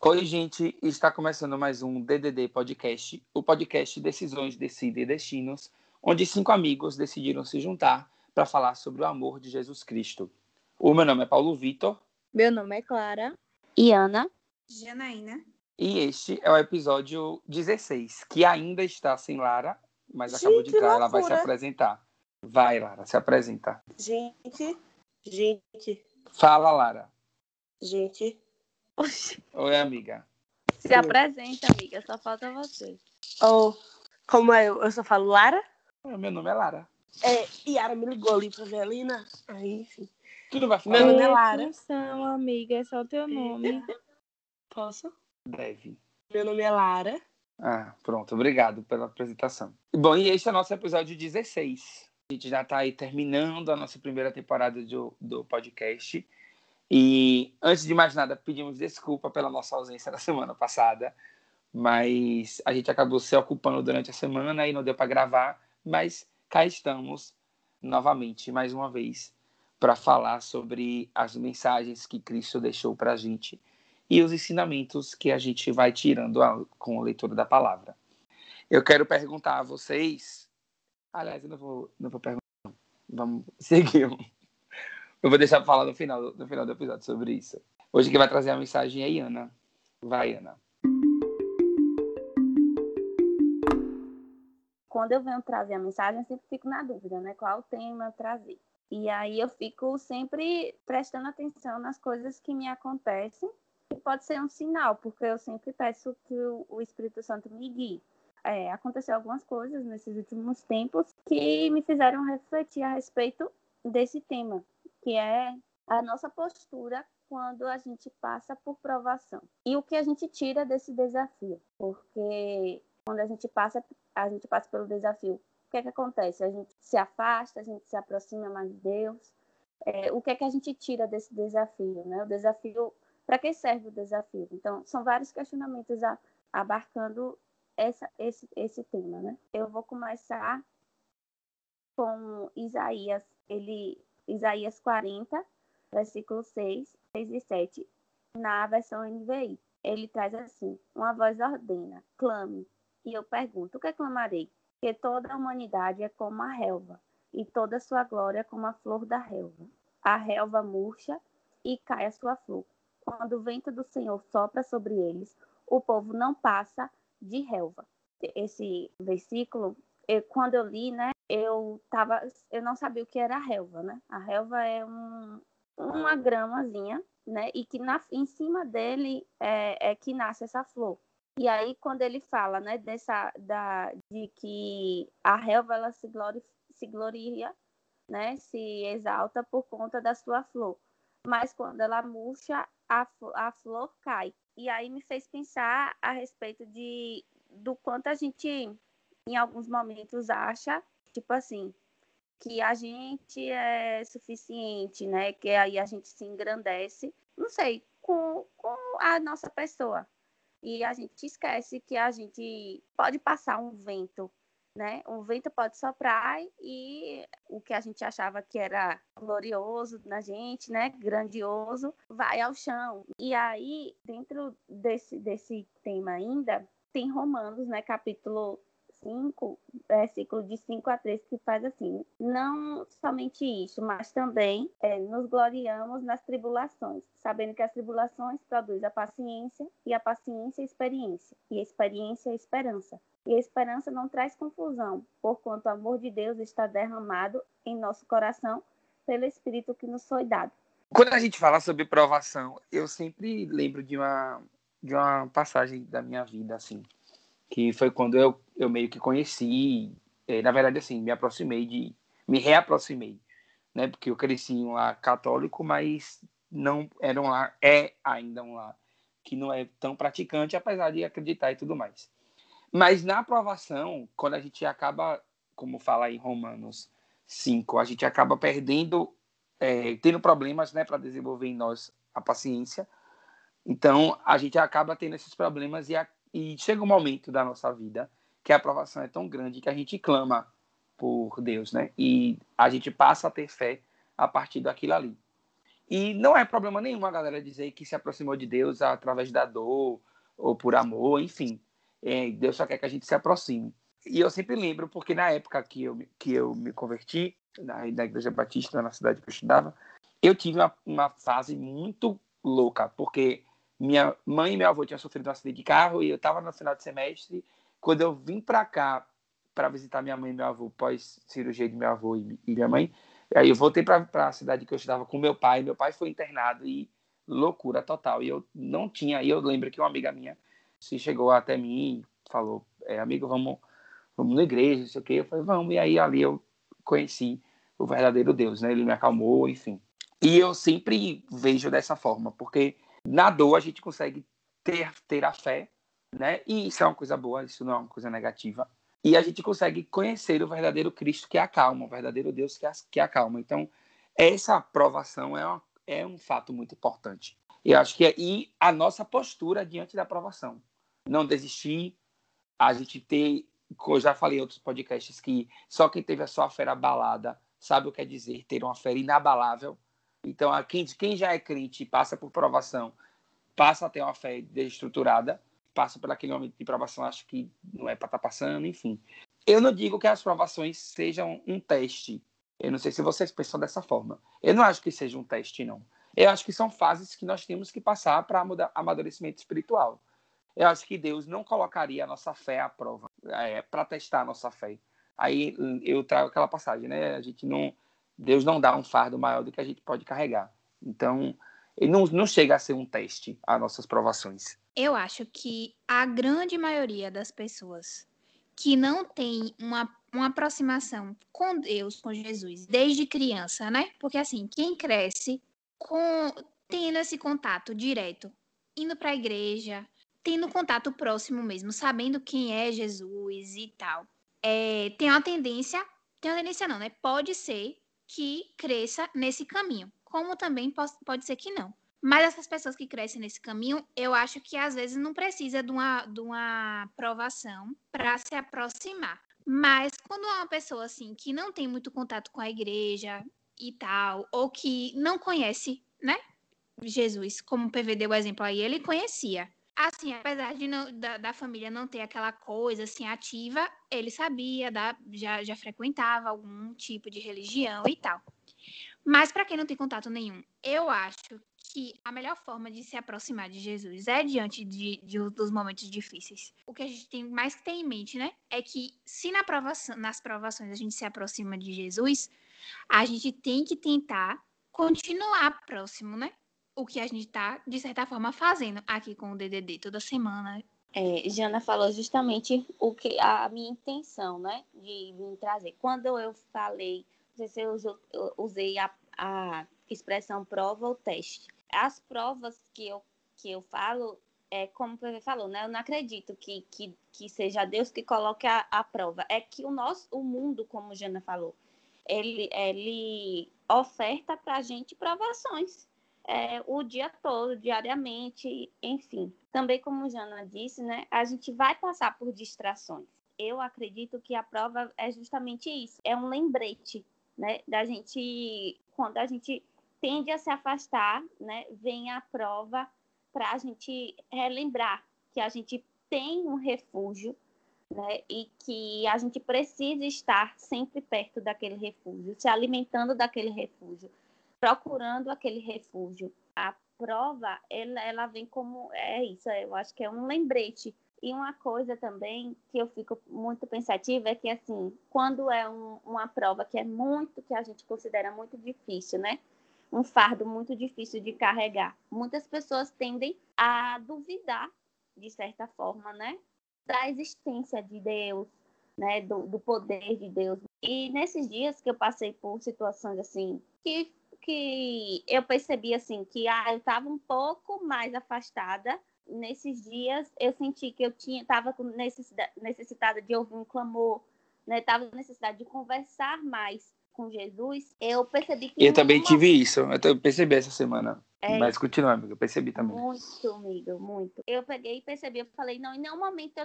Oi, gente, está começando mais um DDD Podcast, o podcast Decisões, Decide e Destinos, onde 5 amigos decidiram se juntar para falar sobre o amor de Jesus Cristo. O meu nome é Paulo Vitor. Meu nome é Clara. E Ana. Janaína. E este é o episódio 16, que ainda está sem Lara, mas acabou de entrar, ela vai se apresentar. Vai, Lara, se apresenta. Gente. Fala, Lara. Gente. Oi, amiga. Se apresenta, amiga, só falta você. Como é? Eu só falo Lara? Meu nome é Lara. Yara me ligou ali pra Velina. Aí, enfim. Tu não vai falar? Meu nome é Lara. Atenção, amiga, é só o teu nome. Posso? Deve. Meu nome é Lara. Pronto, obrigado pela apresentação. Bom, e este é o nosso episódio 16. A gente já está aí terminando a nossa primeira temporada do podcast. E, antes de mais nada, pedimos desculpa pela nossa ausência da semana passada, mas a gente acabou se ocupando durante a semana e não deu para gravar, mas cá estamos novamente, mais uma vez, para falar sobre as mensagens que Cristo deixou para a gente e os ensinamentos que a gente vai tirando com a leitura da palavra. Eu quero perguntar a vocês... Aliás, eu não vou perguntar. Vamos seguir. Eu vou deixar para falar no final do episódio sobre isso. Hoje quem vai trazer a mensagem é a Ana. Vai, Ana. Quando eu venho trazer a mensagem, eu sempre fico na dúvida, né? Qual tema trazer. E aí eu fico sempre prestando atenção nas coisas que me acontecem. E pode ser um sinal, porque eu sempre peço que o Espírito Santo me guie. Aconteceu algumas coisas nesses últimos tempos que me fizeram refletir a respeito desse tema, que é a nossa postura quando a gente passa por provação. E o que a gente tira desse desafio. Porque quando a gente passa pelo desafio, o que é que acontece? A gente se afasta, a gente se aproxima mais de Deus. O que é que a gente tira desse desafio, né? O desafio, para que serve o desafio? Então, são vários questionamentos abarcando esse tema, né? Eu vou começar com Isaías 40, versículo 6 e 7, na versão NVI. Ele traz assim: uma voz ordena, clame. E eu pergunto, o que clamarei? Que toda a humanidade é como a relva, e toda a sua glória é como a flor da relva. A relva murcha e cai a sua flor. Quando o vento do Senhor sopra sobre eles, o povo não passa de relva. Esse versículo, quando eu li, né, eu não sabia o que era a relva, né? A relva é uma gramazinha, né? E que em cima dele é que nasce essa flor. E aí, quando ele fala, né, de que a relva ela se gloria, né, se exalta por conta da sua flor. Mas quando ela murcha, a flor cai. E aí me fez pensar a respeito do quanto a gente, em alguns momentos, acha, tipo assim, que a gente é suficiente, né? Que aí a gente se engrandece, não sei, com a nossa pessoa. E a gente esquece que a gente pode passar um vento, né? Um vento pode soprar e o que a gente achava que era glorioso na gente, né? Grandioso, vai ao chão. E aí, dentro desse tema ainda, tem Romanos, né? Capítulo 5, versículo de 5 a 3, que faz assim: não somente isso, mas também nos gloriamos nas tribulações, sabendo que as tribulações produzem a paciência, e a paciência a experiência, e a experiência a esperança. E a esperança não traz confusão, porquanto o amor de Deus está derramado em nosso coração pelo Espírito que nos foi dado. Quando a gente fala sobre provação, eu sempre lembro de uma passagem da minha vida, assim, que foi quando eu meio que conheci, na verdade, assim, me reaproximei, né? Porque eu cresci em um lar católico, mas não era um lar, ainda um lar que não é tão praticante, apesar de acreditar e tudo mais. Mas na aprovação, quando a gente acaba, como fala em Romanos 5, a gente acaba tendo problemas, né, para desenvolver em nós a paciência. Então, a gente acaba tendo esses problemas e chega um momento da nossa vida que a aprovação é tão grande que a gente clama por Deus, né? E a gente passa a ter fé a partir daquilo ali. E não é problema nenhum a galera dizer que se aproximou de Deus através da dor ou por amor, enfim. Deus só quer que a gente se aproxime. E eu sempre lembro, porque na época que eu me converti, na Igreja Batista, na cidade que eu estudava, eu tive uma fase muito louca, porque minha mãe e meu avô tinham sofrido um acidente de carro e eu estava no final de semestre. Quando eu vim para cá para visitar minha mãe e meu avô, pós-cirurgia de meu avô e minha mãe, aí eu voltei para a cidade que eu estudava com meu pai foi internado e loucura total. E eu não tinha, e eu lembro que uma amiga minha se chegou até mim e falou, amigo, vamos na igreja, não sei o quê. Eu falei, vamos, e aí ali eu conheci o verdadeiro Deus, né? Ele me acalmou, enfim. E eu sempre vejo dessa forma, porque na dor a gente consegue ter a fé, né? E isso é uma coisa boa, isso não é uma coisa negativa. E a gente consegue conhecer o verdadeiro Cristo que acalma, o verdadeiro Deus que acalma. Então, essa aprovação é um fato muito importante. Eu acho que e a nossa postura diante da aprovação. Não desistir, a gente ter, eu já falei em outros podcasts, que só quem teve a sua fé abalada sabe o que é dizer ter uma fé inabalável. Então, quem já é crente e passa por provação, passa a ter uma fé desestruturada, passa por aquele momento de provação, acho que não é para estar passando, enfim. Eu não digo que as provações sejam um teste. Eu não sei se vocês pensam dessa forma. Eu não acho que seja um teste, não. Eu acho que são fases que nós temos que passar para amadurecimento espiritual. Eu acho que Deus não colocaria a nossa fé à prova, para testar a nossa fé. Aí eu trago aquela passagem, né? Deus não dá um fardo maior do que a gente pode carregar. Então, ele não chega a ser um teste às nossas provações. Eu acho que a grande maioria das pessoas que não tem uma aproximação com Deus, com Jesus, desde criança, né? Porque assim, quem cresce tendo esse contato direto, indo para a igreja, tendo contato próximo mesmo, sabendo quem é Jesus e tal, tem uma tendência não, né? Pode ser que cresça nesse caminho, como também pode ser que não. Mas essas pessoas que crescem nesse caminho, eu acho que às vezes não precisa de uma aprovação para se aproximar. Mas quando é uma pessoa assim que não tem muito contato com a igreja e tal, ou que não conhece, né, Jesus, como o PV deu o exemplo aí, ele conhecia. Assim, apesar de da família não ter aquela coisa assim ativa, ele sabia, já frequentava algum tipo de religião e tal. Mas para quem não tem contato nenhum, eu acho que a melhor forma de se aproximar de Jesus é diante dos momentos difíceis. O que a gente tem mais que ter em mente, né? É que se nas provações a gente se aproxima de Jesus, a gente tem que tentar continuar próximo, né? O que a gente está, de certa forma, fazendo aqui com o DDD toda semana. Jana falou justamente a minha intenção, né? De me trazer. Quando eu falei, não sei se eu usei a expressão prova ou teste. As provas que eu falo, como o PV falou, né? Eu não acredito que seja Deus que coloque a prova. É que o mundo, como Jana falou, ele oferta para a gente provações. O dia todo, diariamente, enfim. Também, como Jana disse, né? A gente vai passar por distrações. Eu acredito que a prova é justamente isso. É um lembrete, né? Da gente, quando a gente tende a se afastar, né? Vem a prova para a gente relembrar que a gente tem um refúgio, né? E que a gente precisa estar sempre perto daquele refúgio, se alimentando daquele refúgio, procurando aquele refúgio. A prova, ela vem como isso, eu acho que é um lembrete. E uma coisa também que eu fico muito pensativa é que, assim, quando é uma prova que a gente considera muito difícil, né? Um fardo muito difícil de carregar, muitas pessoas tendem a duvidar, de certa forma, né? Da existência de Deus, né? Do poder de Deus. E nesses dias que eu passei por situações assim, que eu percebi assim que eu estava um pouco mais afastada. Nesses dias eu senti que eu estava necessitada de ouvir um clamor, né? Estava com necessidade de conversar mais com Jesus. Eu percebi que Eu também tive isso, eu percebi essa semana. Mas continua, amiga, eu percebi também. Muito, amiga, muito. Eu peguei e percebi, eu falei, não, em nenhum momento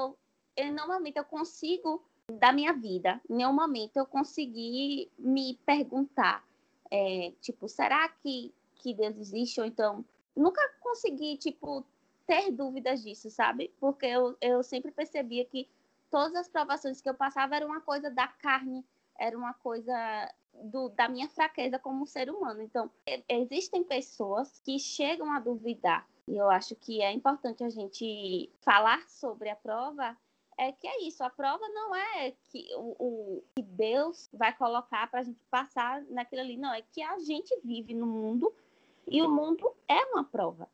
eu consigo da minha vida, em nenhum momento eu consegui me perguntar, tipo, será que que Deus existe, ou então nunca consegui, tipo, ter dúvidas disso, sabe? Porque eu sempre percebia que todas as provações que eu passava era uma coisa da carne, era uma coisa da minha fraqueza como ser humano. Então, existem pessoas que chegam a duvidar. E eu acho que é importante a gente falar sobre a prova, que é isso. A prova não é que que Deus vai colocar para a gente passar naquilo ali. Não, é que a gente vive no mundo e o mundo é uma prova.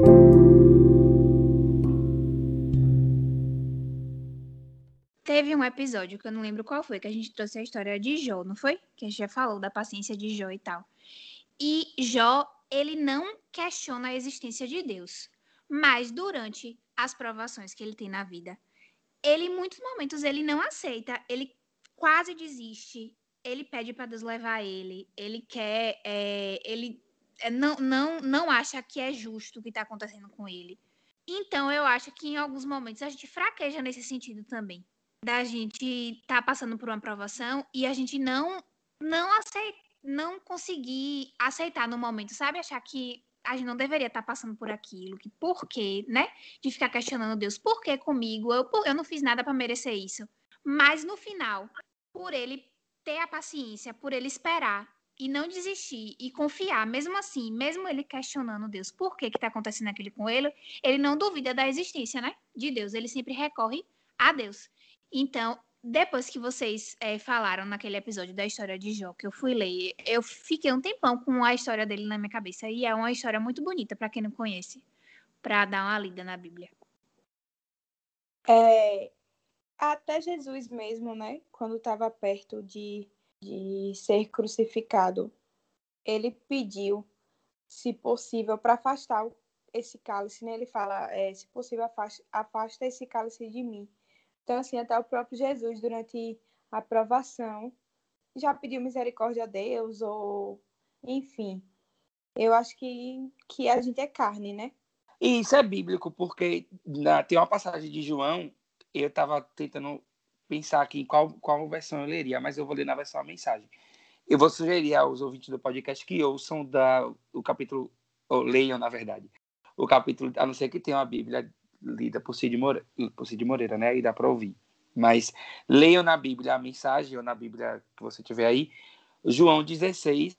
Teve um episódio que eu não lembro qual foi, que a gente trouxe a história de Jó, não foi? Que a gente já falou da paciência de Jó e tal. E Jó, ele não questiona a existência de Deus. Mas durante as provações que ele tem na vida, ele, em muitos momentos, ele não aceita, ele quase desiste, ele pede para Deus levar ele quer, ele não acha que é justo o que está acontecendo com ele. Então, eu acho que em alguns momentos a gente fraqueja nesse sentido também. Da gente tá passando por uma aprovação e a gente não conseguir aceitar no momento, sabe? Achar que a gente não deveria estar passando por aquilo, que por quê, né? De ficar questionando Deus, por que comigo? Eu não fiz nada para merecer isso. Mas no final, por ele ter a paciência, por ele esperar e não desistir e confiar, mesmo assim, mesmo ele questionando Deus, por que tá acontecendo aquilo com ele não duvida da existência, né? De Deus, ele sempre recorre a Deus. Então, depois que vocês falaram naquele episódio da história de Jó, que eu fui ler, eu fiquei um tempão com a história dele na minha cabeça. E é uma história muito bonita, para quem não conhece, para dar uma lida na Bíblia. Até Jesus mesmo, né? Quando estava perto de ser crucificado, ele pediu, se possível, para afastar esse cálice, né? Ele fala, se possível, afasta esse cálice de mim. Então, assim, até o próprio Jesus, durante a provação, já pediu misericórdia a Deus, ou enfim. Eu acho que a gente é carne, né? E isso é bíblico, porque tem uma passagem de João, eu estava tentando pensar aqui em qual versão eu leria, mas eu vou ler na versão a mensagem. Eu vou sugerir aos ouvintes do podcast que ouçam o capítulo, ou leiam, na verdade, o capítulo, a não ser que tenha uma Bíblia lida por Cid Moreira, né? E dá para ouvir. Mas leiam na Bíblia a mensagem, ou na Bíblia que você tiver aí, João 16,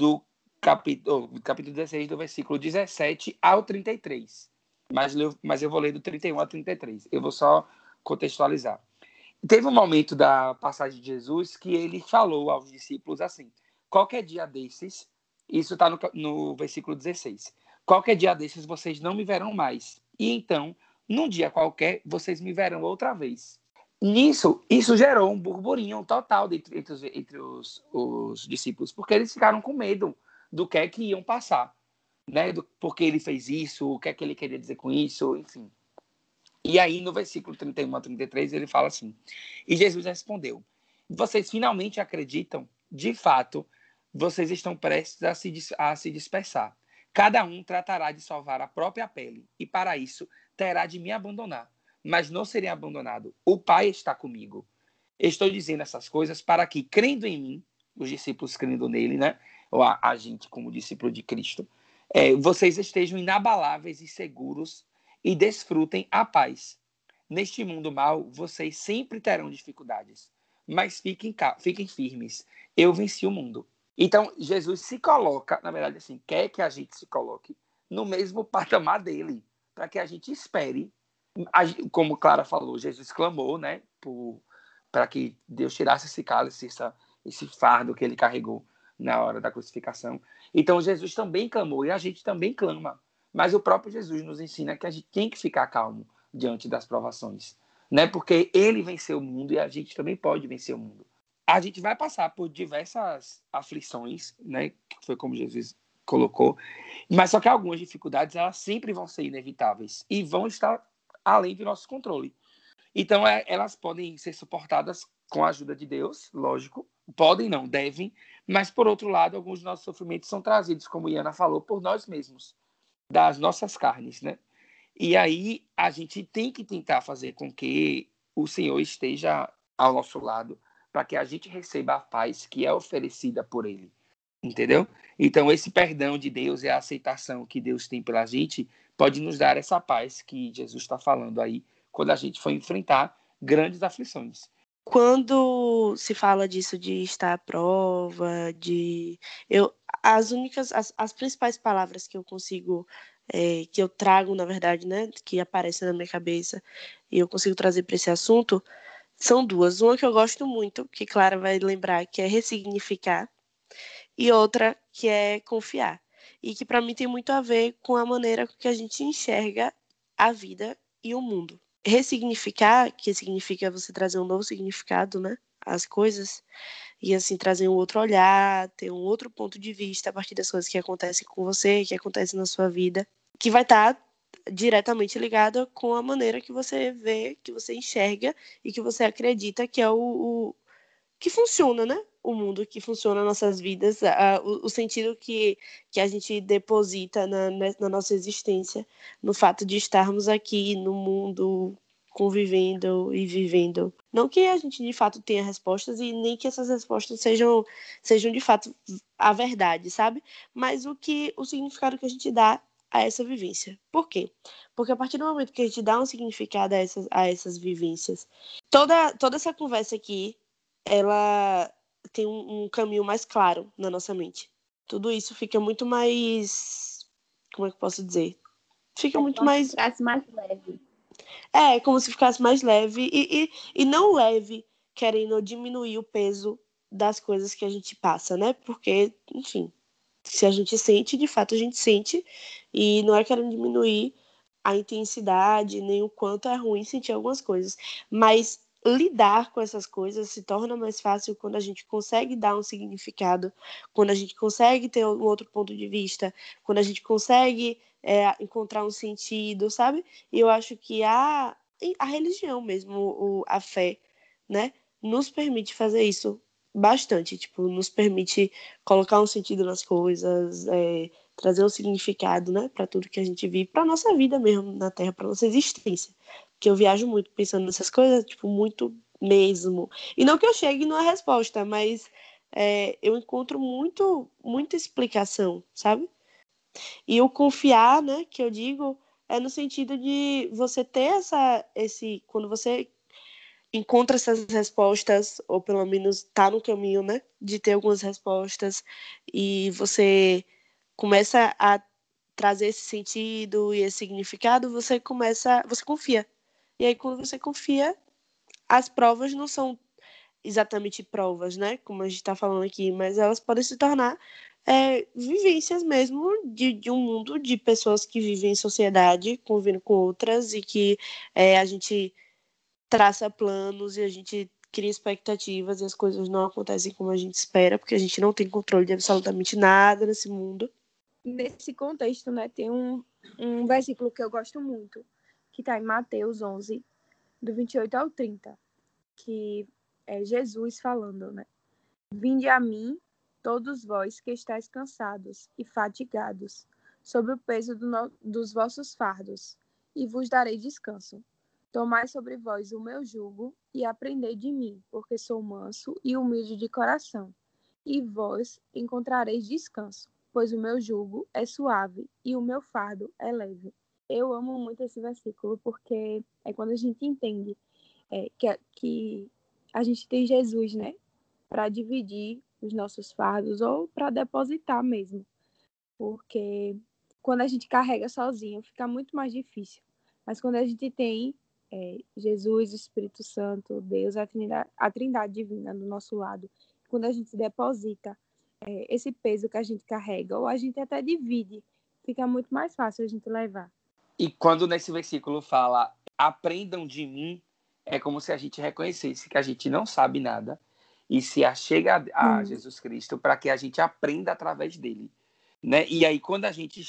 capítulo 16, do versículo 17 ao 33. Mas eu vou ler do 31 ao 33. Eu vou só contextualizar. Teve um momento da passagem de Jesus que ele falou aos discípulos assim: qualquer dia desses, isso está no versículo 16, qualquer dia desses vocês não me verão mais. E então, num dia qualquer, vocês me verão outra vez. Nisso, isso gerou um burburinho total entre os discípulos, porque eles ficaram com medo do que é que iam passar, né? Porque ele fez isso, o que é que ele queria dizer com isso, enfim. E aí, no versículo 31 a 33, ele fala assim: e Jesus respondeu: vocês finalmente acreditam? De fato, vocês estão prestes a se dispersar. Cada um tratará de salvar a própria pele, e para isso terá de me abandonar. Mas não serei abandonado. O Pai está comigo. Estou dizendo essas coisas para que, crendo em mim, os discípulos crendo nele, né? Ou a gente como discípulo de Cristo, vocês estejam inabaláveis e seguros e desfrutem a paz. Neste mundo mal, vocês sempre terão dificuldades, mas fiquem firmes. Eu venci o mundo. Então, Jesus se coloca, na verdade, assim, quer que a gente se coloque no mesmo patamar dele, para que a gente espere. Como Clara falou, Jesus clamou, né, para que Deus tirasse esse cálice, esse fardo que ele carregou na hora da crucificação. Então, Jesus também clamou e a gente também clama. Mas o próprio Jesus nos ensina que a gente tem que ficar calmo diante das provações, né? Porque ele venceu o mundo e a gente também pode vencer o mundo. A gente vai passar por diversas aflições, né? Que foi como Jesus colocou, mas só que algumas dificuldades elas sempre vão ser inevitáveis e vão estar além do nosso controle. Então, elas podem ser suportadas com a ajuda de Deus, lógico. Podem, não, devem. Mas, por outro lado, alguns dos nossos sofrimentos são trazidos, como Iana falou, por nós mesmos, das nossas carnes, né? E aí, a gente tem que tentar fazer com que o Senhor esteja ao nosso lado, para que a gente receba a paz que é oferecida por Ele. entendeu? Então, esse perdão de Deus e a aceitação que Deus tem pela gente pode nos dar essa paz que Jesus está falando aí, quando a gente for enfrentar grandes aflições. Quando se fala disso de estar à prova, as principais palavras que eu consigo, que eu trago, na verdade, né, que aparecem na minha cabeça e eu consigo trazer para esse assunto, são duas. Uma que eu gosto muito, que Clara vai lembrar, que é ressignificar, e outra que é confiar. E que para mim tem muito a ver com a maneira que a gente enxerga a vida e o mundo. Ressignificar, que significa você trazer um novo significado, né, às coisas, e assim trazer um outro olhar, ter um outro ponto de vista a partir das coisas que acontecem com você, que acontecem na sua vida, que vai estar diretamente ligada com a maneira que você vê, que você enxerga e que você acredita que é o que funciona, né? O mundo que funciona nas nossas vidas, o sentido que a gente deposita na nossa existência, no fato de estarmos aqui no mundo convivendo e vivendo. Não que a gente de fato tenha respostas e nem que essas respostas sejam de fato a verdade, sabe? Mas o significado que a gente dá a essa vivência. Por quê? Porque a partir do momento que a gente dá um significado a essas vivências, toda essa conversa aqui, ela tem um caminho mais claro na nossa mente. Tudo isso fica muito mais... Como é que eu posso dizer? Fica muito mais... Ficasse mais leve. É, como se ficasse mais leve e não leve, querendo diminuir o peso das coisas que a gente passa, né? Porque, enfim, se a gente sente, de fato a gente sente, e não é querendo diminuir a intensidade, nem o quanto é ruim sentir algumas coisas. Mas lidar com essas coisas se torna mais fácil quando a gente consegue dar um significado, quando a gente consegue ter um outro ponto de vista, quando a gente consegue encontrar um sentido, sabe? E eu acho que a religião mesmo, a fé, né, nos permite fazer isso bastante, tipo, nos permite colocar um sentido nas coisas, trazer um significado, né, para tudo que a gente vive, para nossa vida mesmo na Terra, para nossa existência. Porque eu viajo muito pensando nessas coisas, tipo, muito mesmo. E não que eu chegue numa resposta, mas eu encontro muita explicação, sabe? E o confiar, né, que eu digo, é no sentido de você ter quando você encontra essas respostas, ou pelo menos está no caminho, né, de ter algumas respostas, e você começa a trazer esse sentido e esse significado, você confia. E aí, quando você confia, as provas não são exatamente provas, né, como a gente está falando aqui, mas elas podem se tornar vivências mesmo de um mundo de pessoas que vivem em sociedade, convivendo com outras, e que a gente traça planos e a gente cria expectativas e as coisas não acontecem como a gente espera, porque a gente não tem controle de absolutamente nada nesse mundo. Nesse contexto, né, tem um versículo que eu gosto muito, que está em Mateus 11, do 28 ao 30, que é Jesus falando, né? Vinde a mim, todos vós que estáis cansados e fatigados, sob o peso dos vossos fardos, e vos darei descanso. Tomai sobre vós o meu jugo e aprendei de mim, porque sou manso e humilde de coração, e vós encontrareis descanso, pois o meu jugo é suave e o meu fardo é leve. Eu amo muito esse versículo, porque é quando a gente entende que a gente tem Jesus, né, para dividir os nossos fardos ou para depositar mesmo, porque quando a gente carrega sozinho fica muito mais difícil, mas quando a gente tem Jesus, o Espírito Santo, Deus, a Trindade divina do nosso lado, quando a gente deposita esse peso que a gente carrega, ou a gente até divide, fica muito mais fácil a gente levar. E quando nesse versículo fala, aprendam de mim, é como se a gente reconhecesse que a gente não sabe nada e se achega a Jesus Cristo para que a gente aprenda através dele, né? E aí, quando a gente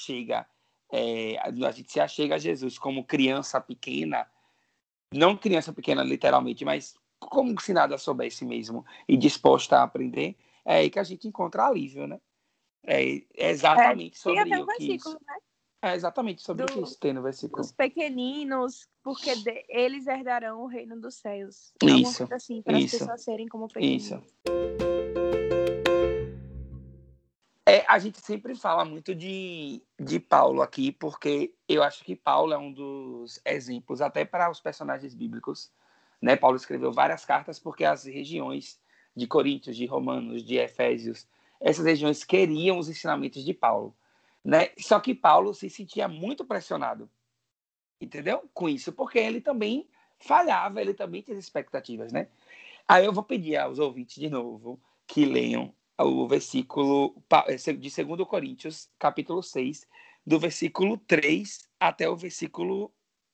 a gente se achega a Jesus como criança pequena, não criança pequena literalmente, mas como se nada soubesse mesmo e disposta a aprender, é aí que a gente encontra alívio, né? É exatamente sobre tem até um o que versículo, isso. né? É exatamente sobre o que isso tem no versículo. Os pequeninos, porque eles herdarão o reino dos céus. Isso, alguma coisa assim, para as pessoas serem como pequeninos. Isso. a gente sempre fala muito de Paulo aqui, porque eu acho que Paulo é um dos exemplos, até para os personagens bíblicos, né? Paulo escreveu várias cartas porque as regiões de Coríntios, de Romanos, de Efésios, essas regiões queriam os ensinamentos de Paulo, né? Só que Paulo se sentia muito pressionado, entendeu? Com isso, porque ele também falhava, ele também tinha expectativas, né? Aí eu vou pedir aos ouvintes de novo que leiam o versículo de 2 Coríntios, capítulo 6, do versículo 3 até o versículo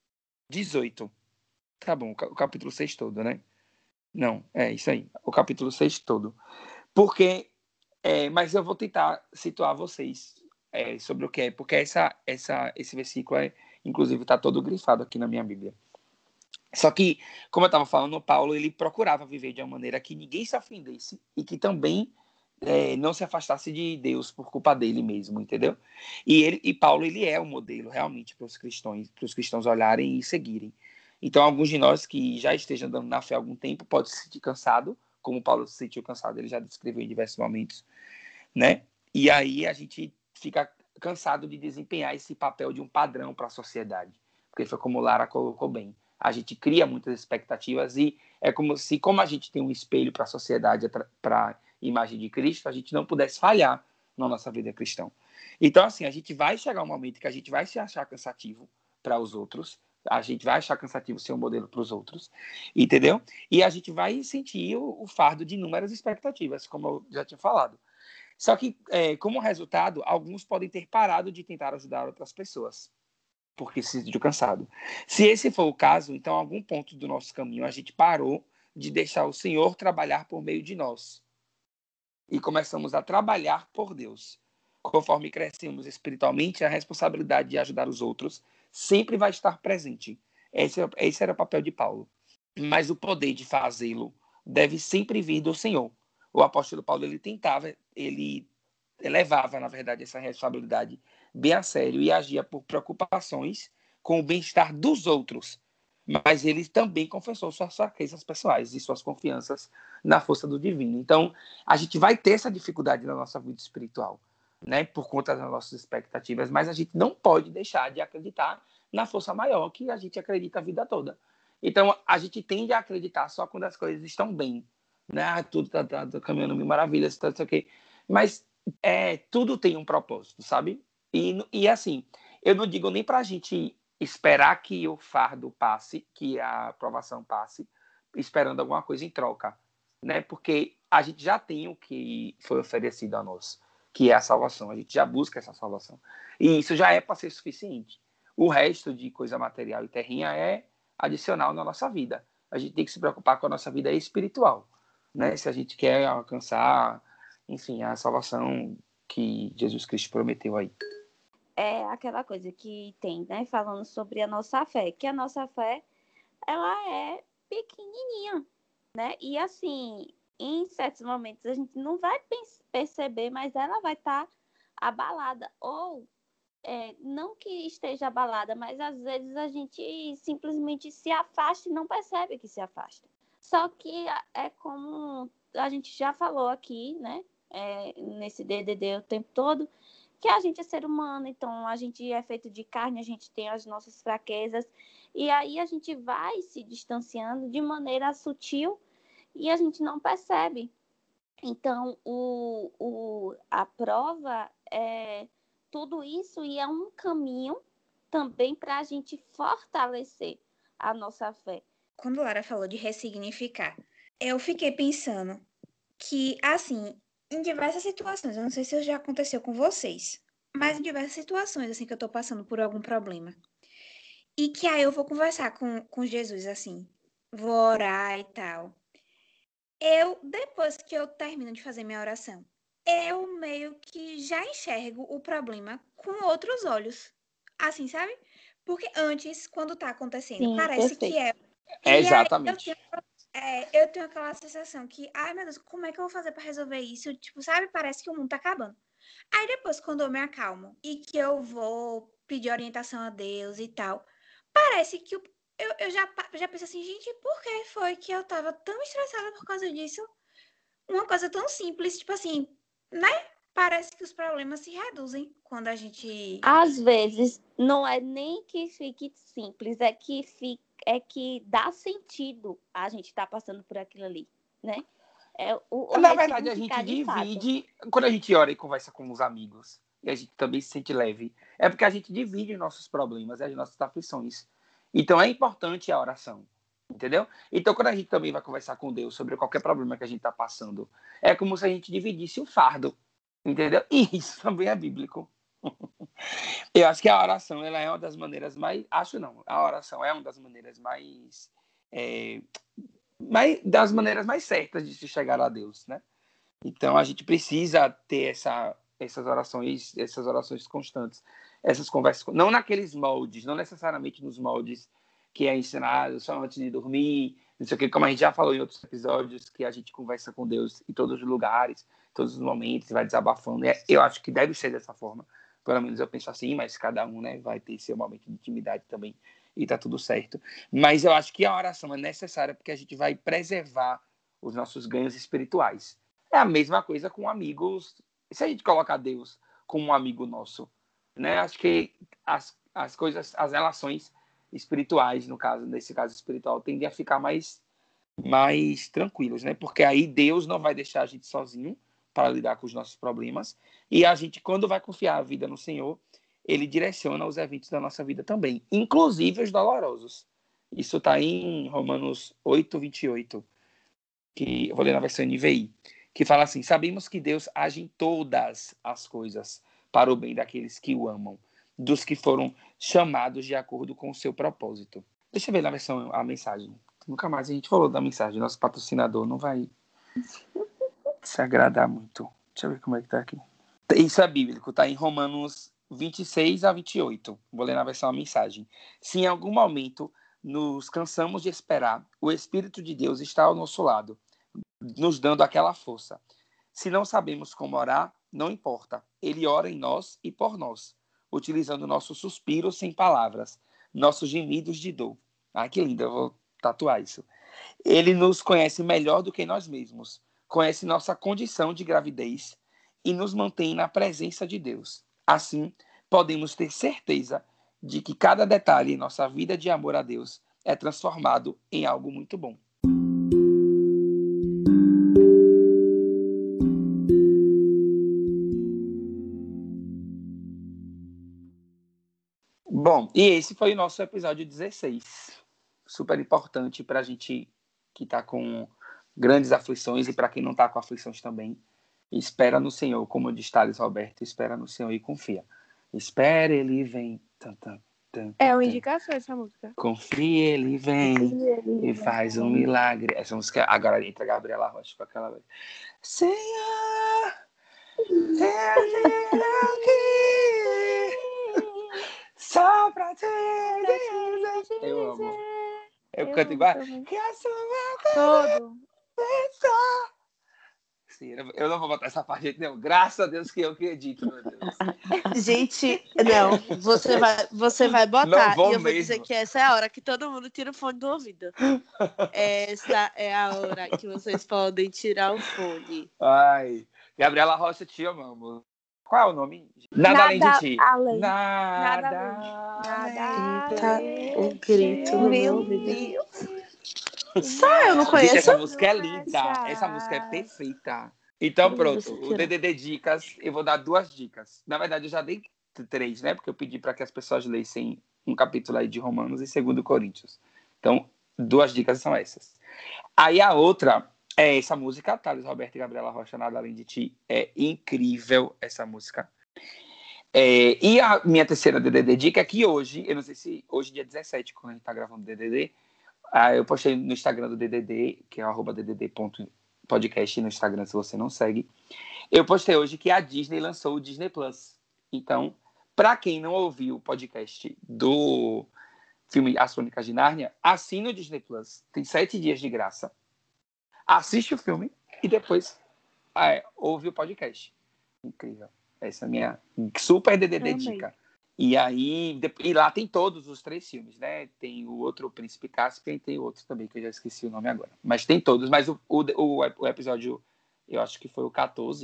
18. Tá bom, o capítulo 6 todo, né? Não, é isso aí, o capítulo 6 todo. Porque, mas eu vou tentar situar vocês sobre o que é, porque esse versículo, inclusive, está todo grifado aqui na minha Bíblia. Só que, como eu estava falando, o Paulo ele procurava viver de uma maneira que ninguém se ofendesse e que também não se afastasse de Deus por culpa dele mesmo, entendeu? E Paulo ele é o modelo realmente para os cristãos olharem e seguirem. Então, alguns de nós que já estejam andando na fé há algum tempo podem se sentir cansado, como Paulo se sentiu cansado, ele já descreveu em diversos momentos, né? E aí a gente fica cansado de desempenhar esse papel de um padrão para a sociedade, porque foi como Lara colocou bem. A gente cria muitas expectativas e é como se, como a gente tem um espelho para a sociedade, para a imagem de Cristo, a gente não pudesse falhar na nossa vida cristã. Então, assim, a gente vai chegar um momento que a gente vai se achar cansativo para os outros, a gente vai achar cansativo ser um modelo para os outros, entendeu? E a gente vai sentir o fardo de inúmeras expectativas, como eu já tinha falado. Só que, como resultado, alguns podem ter parado de tentar ajudar outras pessoas, porque se sentiu cansado. Se esse for o caso, então, em algum ponto do nosso caminho, a gente parou de deixar o Senhor trabalhar por meio de nós. E começamos a trabalhar por Deus. Conforme crescemos espiritualmente, a responsabilidade de ajudar os outros sempre vai estar presente. Esse era o papel de Paulo. Mas o poder de fazê-lo deve sempre vir do Senhor. O apóstolo Paulo, ele levava, na verdade, essa responsabilidade bem a sério e agia por preocupações com o bem-estar dos outros. Mas ele também confessou suas fraquezas pessoais e suas confianças na força do divino. Então, a gente vai ter essa dificuldade na nossa vida espiritual, né, por conta das nossas expectativas, mas a gente não pode deixar de acreditar na força maior que a gente acredita a vida toda. Então, a gente tende a acreditar só quando as coisas estão bem, né? Tudo tá caminhando mil maravilhas, tá, isso aqui. Mas tudo tem um propósito, sabe? E assim, eu não digo nem para a gente esperar que o fardo passe, que a aprovação passe, esperando alguma coisa em troca, né? Porque a gente já tem o que foi oferecido a nós, que é a salvação. A gente já busca essa salvação. E isso já é para ser suficiente. O resto de coisa material e terrinha é adicional na nossa vida. A gente tem que se preocupar com a nossa vida espiritual, né? Se a gente quer alcançar, enfim, a salvação que Jesus Cristo prometeu aí. É aquela coisa que tem, né? Falando sobre a nossa fé, que a nossa fé, ela é pequenininha, né? E assim, em certos momentos a gente não vai perceber, mas ela vai estar abalada. Ou, não que esteja abalada, mas às vezes a gente simplesmente se afasta e não percebe que se afasta. Só que é como a gente já falou aqui, né? Nesse DDD o tempo todo, que a gente é ser humano, então a gente é feito de carne, a gente tem as nossas fraquezas, e aí a gente vai se distanciando de maneira sutil e a gente não percebe. Então, a prova é tudo isso e é um caminho também para a gente fortalecer a nossa fé. Quando Lara falou de ressignificar, eu fiquei pensando que, assim, em diversas situações, eu não sei se já aconteceu com vocês, mas em diversas situações, assim, que eu tô passando por algum problema. E que aí eu vou conversar com Jesus, assim, vou orar e tal. Depois que eu termino de fazer minha oração, eu meio que já enxergo o problema com outros olhos. Assim, sabe? Porque antes, quando tá acontecendo, Sim, parece que perfeito. E aí Exatamente. eu tenho aquela sensação que, ai meu Deus, como é que eu vou fazer pra resolver isso? Tipo, sabe? Parece que o mundo tá acabando. Aí depois, quando eu me acalmo e que eu vou pedir orientação a Deus e tal, parece que eu já penso assim, gente, por que foi que eu tava tão estressada por causa disso? Uma coisa tão simples, tipo assim, né? parece que os problemas se reduzem quando a gente... Às vezes, não é nem que fique simples, é que dá sentido a gente estar passando por aquilo ali, né? Na verdade, a gente ressignificar de fato. divide. Quando a gente ora e conversa com os amigos, e a gente também se sente leve, é porque a gente divide os nossos problemas e as nossas aflições. Então, é importante a oração, entendeu? Então, quando a gente também vai conversar com Deus sobre qualquer problema que a gente está passando, é como se a gente dividisse o fardo, entendeu? E isso também é bíblico. Eu acho que a oração, ela é uma das maneiras mais... Acho não, a oração é uma das maneiras das maneiras mais certas de se chegar a Deus, né? Então, a gente precisa ter essas orações constantes, essas conversas, não naqueles moldes, não necessariamente nos moldes que é ensinado só antes de dormir, não sei o que, como a gente já falou em outros episódios, que a gente conversa com Deus em todos os lugares, todos os momentos, vai desabafando. Eu acho que deve ser dessa forma, pelo menos eu penso assim, mas cada um, né, vai ter seu momento de intimidade também, e tá tudo certo. Mas eu acho que a oração é necessária porque a gente vai preservar os nossos ganhos espirituais. É a mesma coisa com amigos. Se a gente colocar Deus como um amigo nosso, né? Acho que as coisas, as relações espirituais, nesse caso espiritual, tendem a ficar mais tranquilos, né? Porque aí Deus não vai deixar a gente sozinho para lidar com os nossos problemas. E a gente, quando vai confiar a vida no Senhor, Ele direciona os eventos da nossa vida também, inclusive os dolorosos. Isso está em Romanos 8:28, que eu vou ler na versão NVI, que fala assim: sabemos que Deus age em todas as coisas para o bem daqueles que o amam, dos que foram chamados de acordo com o seu propósito. Deixa eu ver na versão a mensagem. Nunca mais a gente falou da mensagem. Nosso patrocinador não vai se agradar muito. Deixa eu ver como é que tá aqui. Isso é bíblico, tá em Romanos 26:28. Vou ler na versão a mensagem. Se em algum momento nos cansamos de esperar, o Espírito de Deus está ao nosso lado, nos dando aquela força. Se não sabemos como orar, não importa. Ele ora em nós e por nós, utilizando nossos suspiros sem palavras, nossos gemidos de dor. Ah, que lindo, eu vou tatuar isso. Ele nos conhece melhor do que nós mesmos, conhece nossa condição de gravidez e nos mantém na presença de Deus. Assim, podemos ter certeza de que cada detalhe em nossa vida de amor a Deus é transformado em algo muito bom. Bom, e esse foi o nosso episódio 16. Super importante para a gente que está com grandes aflições e para quem não está com aflições também. Espera no Senhor, como diz Thales Roberto, espera no Senhor e confia. Espera, Ele vem. É uma indicação essa música. Confia, Ele vem e faz um milagre. Essa música, agora entra a Gabriela Rocha com aquela vez. Senhor, só pra te dizer. Eu amo. Eu canto igual. Que a sua Todo. Sim, eu não vou botar essa parte, não. Graças a Deus que eu acredito, meu Deus. Gente, não, você vai botar. Não vou e eu vou mesmo. dizer que essa é a hora que todo mundo tira o fone do ouvido. Essa é a hora que vocês podem tirar o fone. Ai, Gabriela Rocha, te amamos. Qual é o nome? Nada além de ti. Nada além. Um grito no meu ouvido. Deus. Só eu não Gente, conheço. essa música é linda. Essa música é perfeita. Então, pronto. Você O tira. DDD Dicas, eu vou dar 2 dicas. Na verdade, eu já dei 3, né? Porque eu pedi para que as pessoas lessem um capítulo aí de Romanos e 2 Coríntios. Então, 2 dicas são essas. Aí a outra é essa música, Thales Roberto e Gabriela Rocha, Nada Além de Ti. É incrível essa música. E a minha terceira DDD dica é que hoje, eu não sei se hoje, dia 17, quando a gente tá gravando o DDD, eu postei no Instagram do DDD, que é @ddd.podcast no Instagram, se você não segue. Eu postei hoje que a Disney lançou o Disney Plus. Então, para quem não ouviu o podcast do filme As Crônicas de Nárnia, assina o Disney Plus. Tem 7 dias de graça. Assiste o filme e depois ouve o podcast. Incrível. Essa é a minha super DDD dica. E aí, e lá tem todos os 3 filmes, né? Tem o outro, o Príncipe Caspian, e tem outro também, que eu já esqueci o nome agora. Mas tem todos. Mas o episódio, eu acho que foi o 14,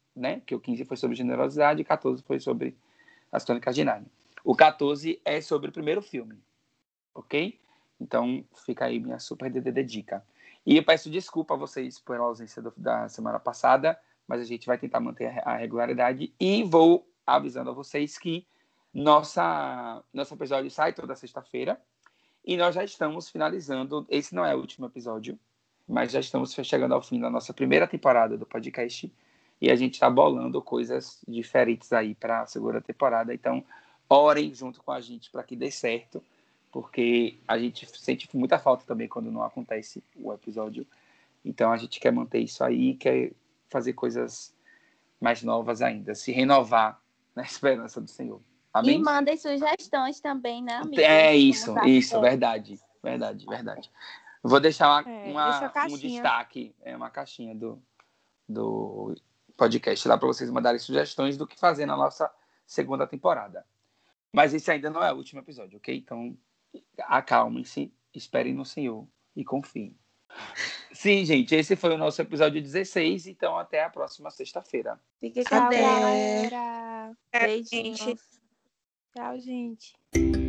né? Que o 15 foi sobre generosidade e 14 foi sobre as Crônicas de Nárnia. O 14 é sobre o primeiro filme, ok? Então, fica aí minha super DDD dica. E eu peço desculpa a vocês pela ausência da semana passada, mas a gente vai tentar manter a regularidade e vou avisando a vocês que nosso episódio sai toda sexta-feira e nós já estamos finalizando, esse não é o último episódio, mas já estamos chegando ao fim da nossa primeira temporada do podcast e a gente está bolando coisas diferentes aí para a segunda temporada, então orem junto com a gente para que dê certo, porque a gente sente muita falta também quando não acontece o episódio. Então a gente quer manter isso aí, quer fazer coisas mais novas ainda, se renovar na esperança do Senhor. Amém? E mandem sugestões também, né, amigos? É isso, verdade. Vou deixar um destaque, uma caixinha do podcast lá para vocês mandarem sugestões do que fazer na nossa segunda temporada. Mas esse ainda não é o último episódio, ok? Então, acalmem-se, esperem no Senhor e confiem. Sim, gente, esse foi o nosso episódio 16, então até a próxima sexta-feira. Fique com Até. galera. Beijinhos. Tchau, gente.